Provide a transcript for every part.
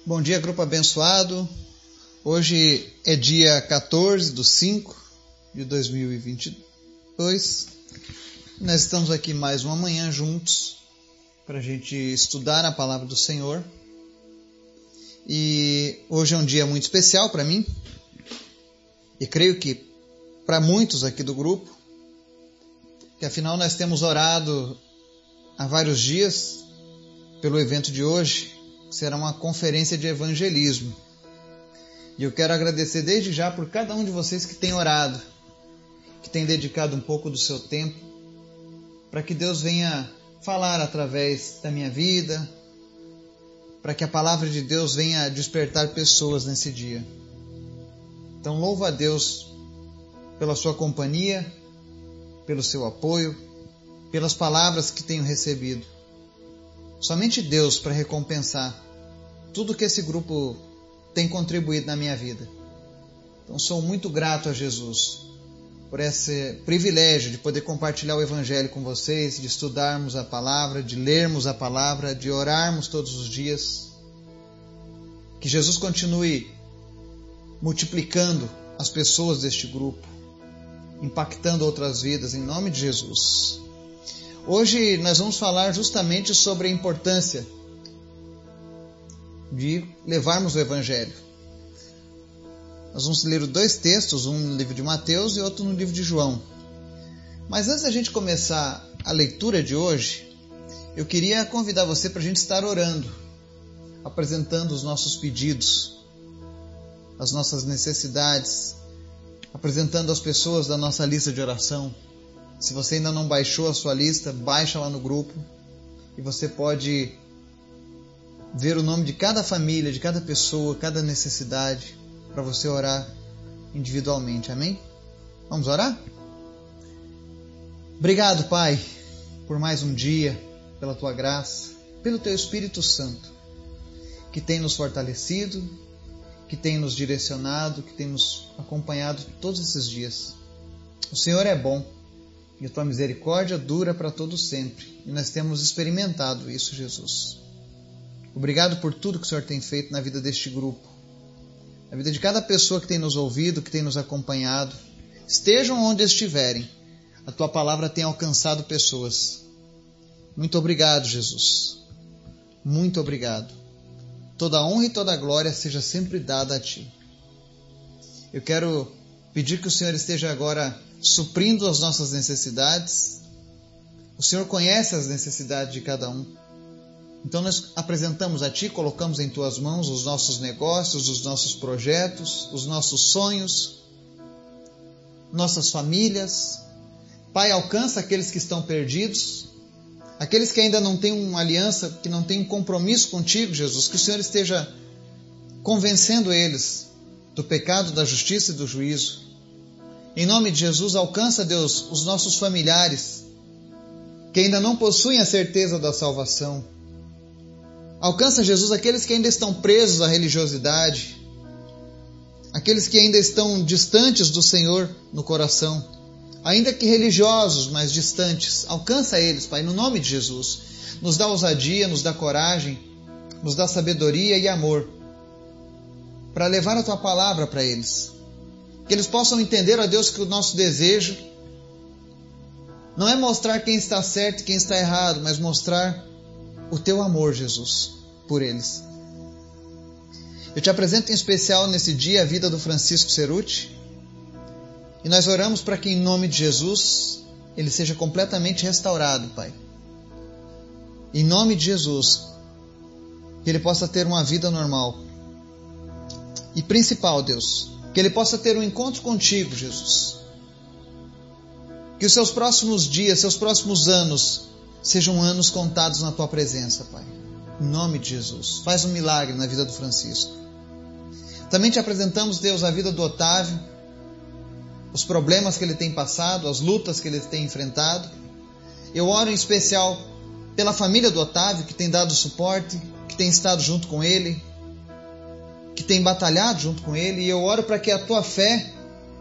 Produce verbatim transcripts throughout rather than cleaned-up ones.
Bom dia, grupo abençoado. Hoje é dia quatorze de cinco de dois mil e vinte e dois. Nós estamos aqui mais uma manhã juntos para a gente estudar a palavra do Senhor. E hoje é um dia muito especial para mim. E creio que para muitos aqui do grupo, que afinal nós temos orado há vários dias pelo evento de hoje, que será uma conferência de evangelismo. E eu quero agradecer desde já por cada um de vocês que tem orado, que tem dedicado um pouco do seu tempo, para que Deus venha falar através da minha vida, para que a palavra de Deus venha despertar pessoas nesse dia. Então louvo a Deus pela sua companhia, pelo seu apoio, pelas palavras que tenho recebido. Somente Deus para recompensar tudo que esse grupo tem contribuído na minha vida. Então sou muito grato a Jesus por esse privilégio de poder compartilhar o Evangelho com vocês, de estudarmos a palavra, de lermos a palavra, de orarmos todos os dias. Que Jesus continue multiplicando as pessoas deste grupo, impactando outras vidas, em nome de Jesus. Hoje nós vamos falar justamente sobre a importância de levarmos o Evangelho. Nós vamos ler dois textos, um no livro de Mateus e outro no livro de João. Mas antes da gente começar a leitura de hoje, eu queria convidar você para a gente estar orando, apresentando os nossos pedidos, as nossas necessidades, apresentando as pessoas da nossa lista de oração. Se você ainda não baixou a sua lista, baixa lá no grupo e você pode ver o nome de cada família, de cada pessoa, cada necessidade, para você orar individualmente. Amém? Vamos orar? Obrigado, Pai, por mais um dia, pela Tua graça, pelo Teu Espírito Santo, que tem nos fortalecido, que tem nos direcionado, que tem nos acompanhado todos esses dias. O Senhor é bom e a Tua misericórdia dura para todo sempre. E nós temos experimentado isso, Jesus. Obrigado por tudo que o Senhor tem feito na vida deste grupo, na vida de cada pessoa que tem nos ouvido, que tem nos acompanhado. Estejam onde estiverem, a Tua palavra tem alcançado pessoas. Muito obrigado, Jesus. Muito obrigado. Toda a honra e toda a glória seja sempre dada a Ti. Eu quero pedir que o Senhor esteja agora suprindo as nossas necessidades. O Senhor conhece as necessidades de cada um. Então nós apresentamos a Ti, colocamos em Tuas mãos os nossos negócios, os nossos projetos, os nossos sonhos, nossas famílias. Pai, alcança aqueles que estão perdidos, aqueles que ainda não têm uma aliança, que não têm um compromisso contigo, Jesus, que o Senhor esteja convencendo eles do pecado, da justiça e do juízo. Em nome de Jesus, alcança, Deus, os nossos familiares que ainda não possuem a certeza da salvação. Alcança, Jesus, aqueles que ainda estão presos à religiosidade, aqueles que ainda estão distantes do Senhor no coração, ainda que religiosos, mas distantes. Alcança eles, Pai, no nome de Jesus. Nos dá ousadia, nos dá coragem, nos dá sabedoria e amor para levar a Tua palavra para eles. Que eles possam entender, ó Deus, que o nosso desejo não é mostrar quem está certo e quem está errado, mas mostrar o Teu amor, Jesus, por eles. Eu Te apresento em especial nesse dia a vida do Francisco Cerutti. E nós oramos para que, em nome de Jesus, ele seja completamente restaurado, Pai. Em nome de Jesus, que ele possa ter uma vida normal. E principal, Deus, que ele possa ter um encontro contigo, Jesus. Que os seus próximos dias, seus próximos anos, sejam anos contados na Tua presença, Pai. Em nome de Jesus. Faz um milagre na vida do Francisco. Também Te apresentamos, Deus, a vida do Otávio, os problemas que ele tem passado, as lutas que ele tem enfrentado. Eu oro em especial pela família do Otávio, que tem dado suporte, que tem estado junto com ele, que tem batalhado junto com ele. E eu oro para que a Tua fé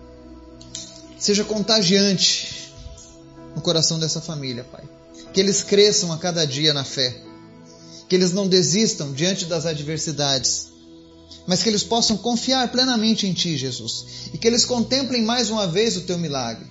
seja contagiante no coração dessa família, Pai. Que eles cresçam a cada dia na fé, que eles não desistam diante das adversidades, mas que eles possam confiar plenamente em Ti, Jesus, e que eles contemplem mais uma vez o Teu milagre.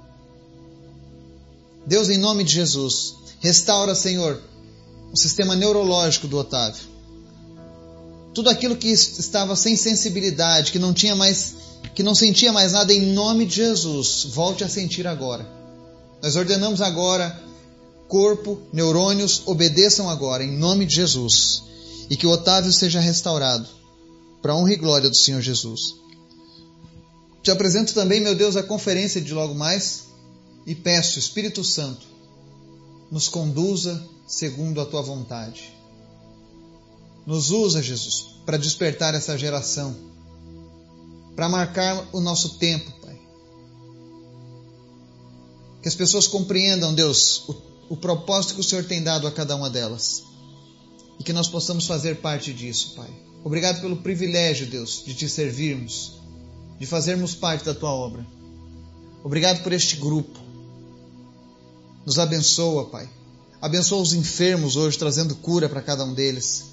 Deus, em nome de Jesus, restaura, Senhor, o sistema neurológico do Otávio. Tudo aquilo que estava sem sensibilidade, que não tinha mais, que não sentia mais nada, em nome de Jesus, volte a sentir agora. Nós ordenamos agora, corpo, neurônios, obedeçam agora, em nome de Jesus, e que o Otávio seja restaurado, para a honra e glória do Senhor Jesus. Te apresento também, meu Deus, a conferência de logo mais, e peço, Espírito Santo, nos conduza segundo a Tua vontade. Nos usa, Jesus, para despertar essa geração, para marcar o nosso tempo, Pai. Que as pessoas compreendam, Deus, o, o propósito que o Senhor tem dado a cada uma delas. E que nós possamos fazer parte disso, Pai. Obrigado pelo privilégio, Deus, de Te servirmos, de fazermos parte da Tua obra. Obrigado por este grupo. Nos abençoa, Pai. Abençoa os enfermos hoje, trazendo cura para cada um deles.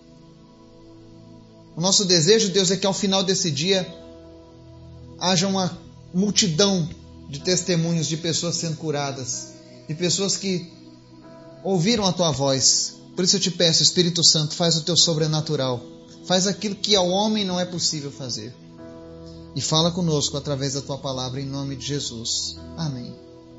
O nosso desejo, Deus, é que ao final desse dia haja uma multidão de testemunhos de pessoas sendo curadas, de pessoas que ouviram a Tua voz. Por isso eu te peço, Espírito Santo, faz o Teu sobrenatural. Faz aquilo que ao homem não é possível fazer. E fala conosco através da Tua palavra, em nome de Jesus. Amém.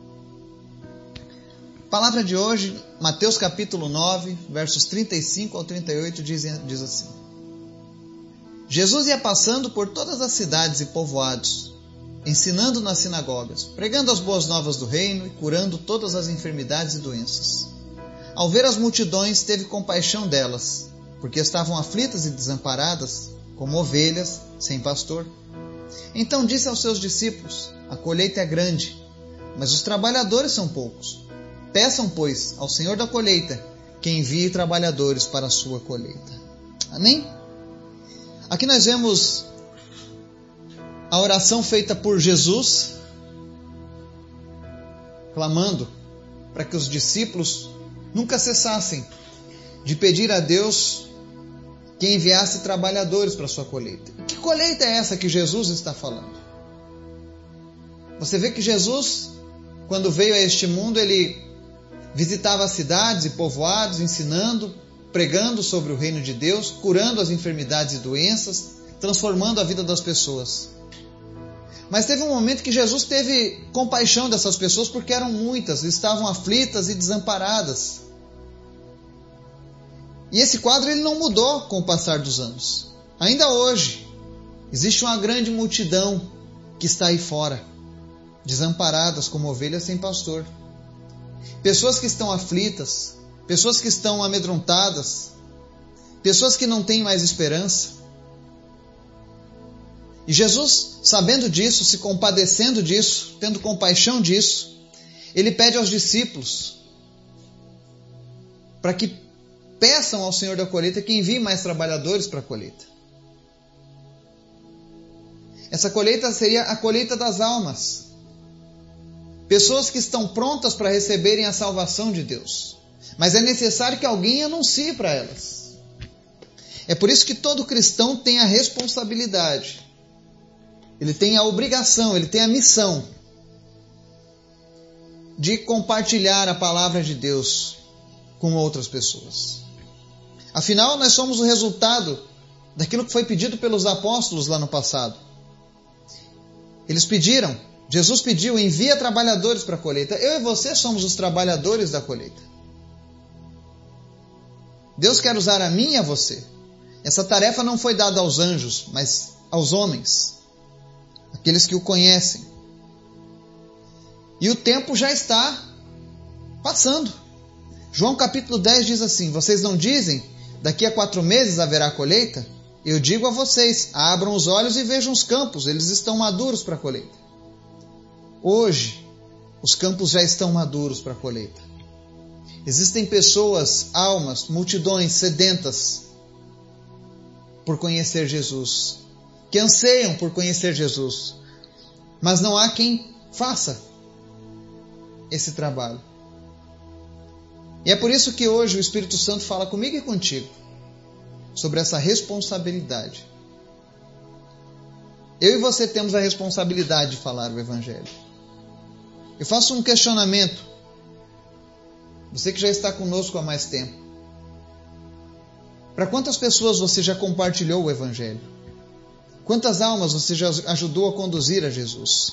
A palavra de hoje, Mateus capítulo nove, versos trinta e cinco ao trinta e oito, diz, diz assim: Jesus ia passando por todas as cidades e povoados, ensinando nas sinagogas, pregando as boas novas do reino e curando todas as enfermidades e doenças. Ao ver as multidões, teve compaixão delas, porque estavam aflitas e desamparadas, como ovelhas sem pastor. Então disse aos seus discípulos: a colheita é grande, mas os trabalhadores são poucos. Peçam, pois, ao Senhor da colheita que envie trabalhadores para a sua colheita. Amém? Aqui nós vemos a oração feita por Jesus, clamando para que os discípulos nunca cessassem de pedir a Deus que enviasse trabalhadores para a sua colheita. Que colheita é essa que Jesus está falando? Você vê que Jesus, quando veio a este mundo, ele visitava as cidades e povoados, ensinando, pregando sobre o reino de Deus, curando as enfermidades e doenças, transformando a vida das pessoas. Mas teve um momento que Jesus teve compaixão dessas pessoas, porque eram muitas, estavam aflitas e desamparadas. E esse quadro ele não mudou com o passar dos anos. Ainda hoje, existe uma grande multidão que está aí fora, desamparadas como ovelhas sem pastor. Pessoas que estão aflitas, pessoas que estão amedrontadas, pessoas que não têm mais esperança. E Jesus, sabendo disso, se compadecendo disso, tendo compaixão disso, ele pede aos discípulos para que peçam ao Senhor da colheita que envie mais trabalhadores para a colheita. Essa colheita seria a colheita das almas. Pessoas que estão prontas para receberem a salvação de Deus. Mas é necessário que alguém anuncie para elas. É por isso que todo cristão tem a responsabilidade. Ele tem a obrigação, ele tem a missão de compartilhar a palavra de Deus com outras pessoas. Afinal, nós somos o resultado daquilo que foi pedido pelos apóstolos lá no passado. Eles pediram, Jesus pediu, envia trabalhadores para a colheita. Eu e você somos os trabalhadores da colheita. Deus quer usar a mim e a você. Essa tarefa não foi dada aos anjos, mas aos homens, aqueles que o conhecem. E o tempo já está passando. João capítulo dez diz assim: vocês não dizem, daqui a quatro meses haverá colheita? Eu digo a vocês, abram os olhos e vejam os campos, eles estão maduros para a colheita. Hoje, os campos já estão maduros para a colheita. Existem pessoas, almas, multidões sedentas por conhecer Jesus, que anseiam por conhecer Jesus, mas não há quem faça esse trabalho. E é por isso que hoje o Espírito Santo fala comigo e contigo sobre essa responsabilidade Eu e você temos a responsabilidade de falar o Evangelho. Eu faço um questionamento. Você que já está conosco há mais tempo. Para quantas pessoas você já compartilhou o Evangelho? Quantas almas você já ajudou a conduzir a Jesus?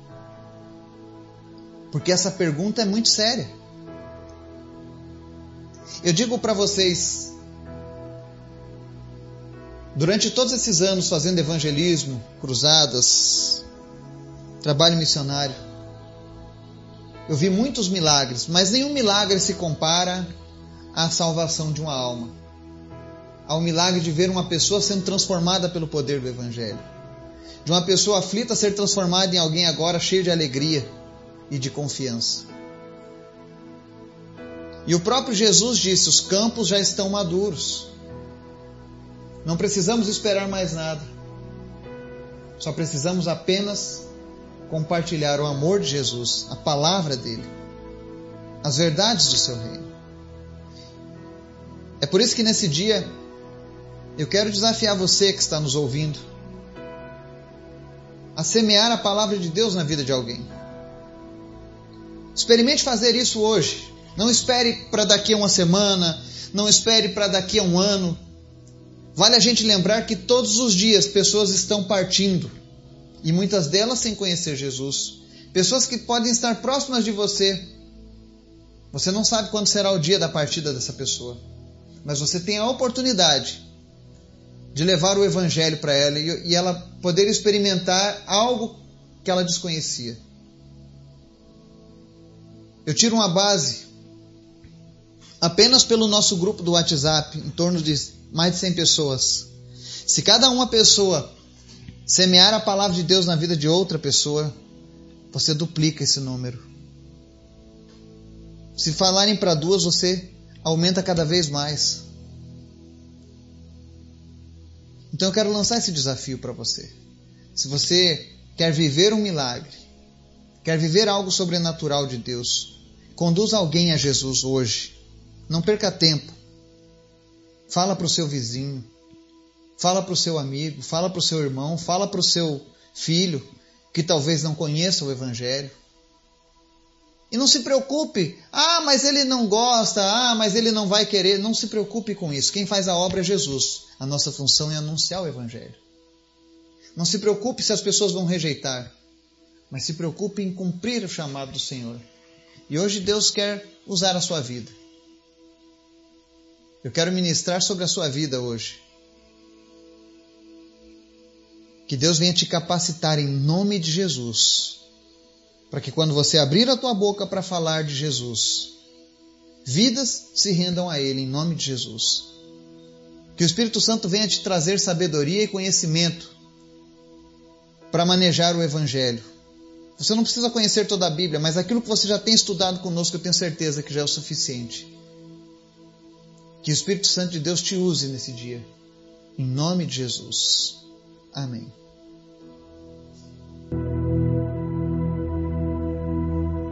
Porque essa pergunta é muito séria. Eu digo para vocês, durante todos esses anos fazendo evangelismo, cruzadas, trabalho missionário, eu vi muitos milagres, mas nenhum milagre se compara à salvação de uma alma, ao milagre de ver uma pessoa sendo transformada pelo poder do Evangelho, de uma pessoa aflita ser transformada em alguém agora cheio de alegria e de confiança. E o próprio Jesus disse: os campos já estão maduros. Não precisamos esperar mais nada. Só precisamos apenas compartilhar o amor de Jesus, a palavra dele, as verdades do seu reino. É por isso que nesse dia eu quero desafiar você que está nos ouvindo a semear a palavra de Deus na vida de alguém. Experimente fazer isso hoje. Não espere para daqui a uma semana, não espere para daqui a um ano. Vale a gente lembrar que todos os dias pessoas estão partindo, e muitas delas sem conhecer Jesus. Pessoas que podem estar próximas de você. Você não sabe quando será o dia da partida dessa pessoa, mas você tem a oportunidade de levar o Evangelho para ela e ela poder experimentar algo que ela desconhecia. Eu tiro uma base apenas pelo nosso grupo do WhatsApp, em torno de mais de cem pessoas. Se cada uma pessoa semear a palavra de Deus na vida de outra pessoa, você duplica esse número. Se falarem para duas, você aumenta cada vez mais. Então eu quero lançar esse desafio para você. Se você quer viver um milagre, quer viver algo sobrenatural de Deus, conduza alguém a Jesus hoje. Não perca tempo. Fala para o seu vizinho, fala para o seu amigo, fala para o seu irmão, fala para o seu filho, que talvez não conheça o Evangelho. E não se preocupe, ah, mas ele não gosta, ah, mas ele não vai querer. Não se preocupe com isso. Quem faz a obra é Jesus. A nossa função é anunciar o Evangelho. Não se preocupe se as pessoas vão rejeitar, mas se preocupe em cumprir o chamado do Senhor. E hoje Deus quer usar a sua vida. Eu quero ministrar sobre a sua vida hoje. Que Deus venha te capacitar em nome de Jesus, para que quando você abrir a tua boca para falar de Jesus, vidas se rendam a Ele em nome de Jesus. Que o Espírito Santo venha te trazer sabedoria e conhecimento para manejar o Evangelho. Você não precisa conhecer toda a Bíblia, mas aquilo que você já tem estudado conosco, eu tenho certeza que já é o suficiente. Que o Espírito Santo de Deus te use nesse dia. Em nome de Jesus. Amém.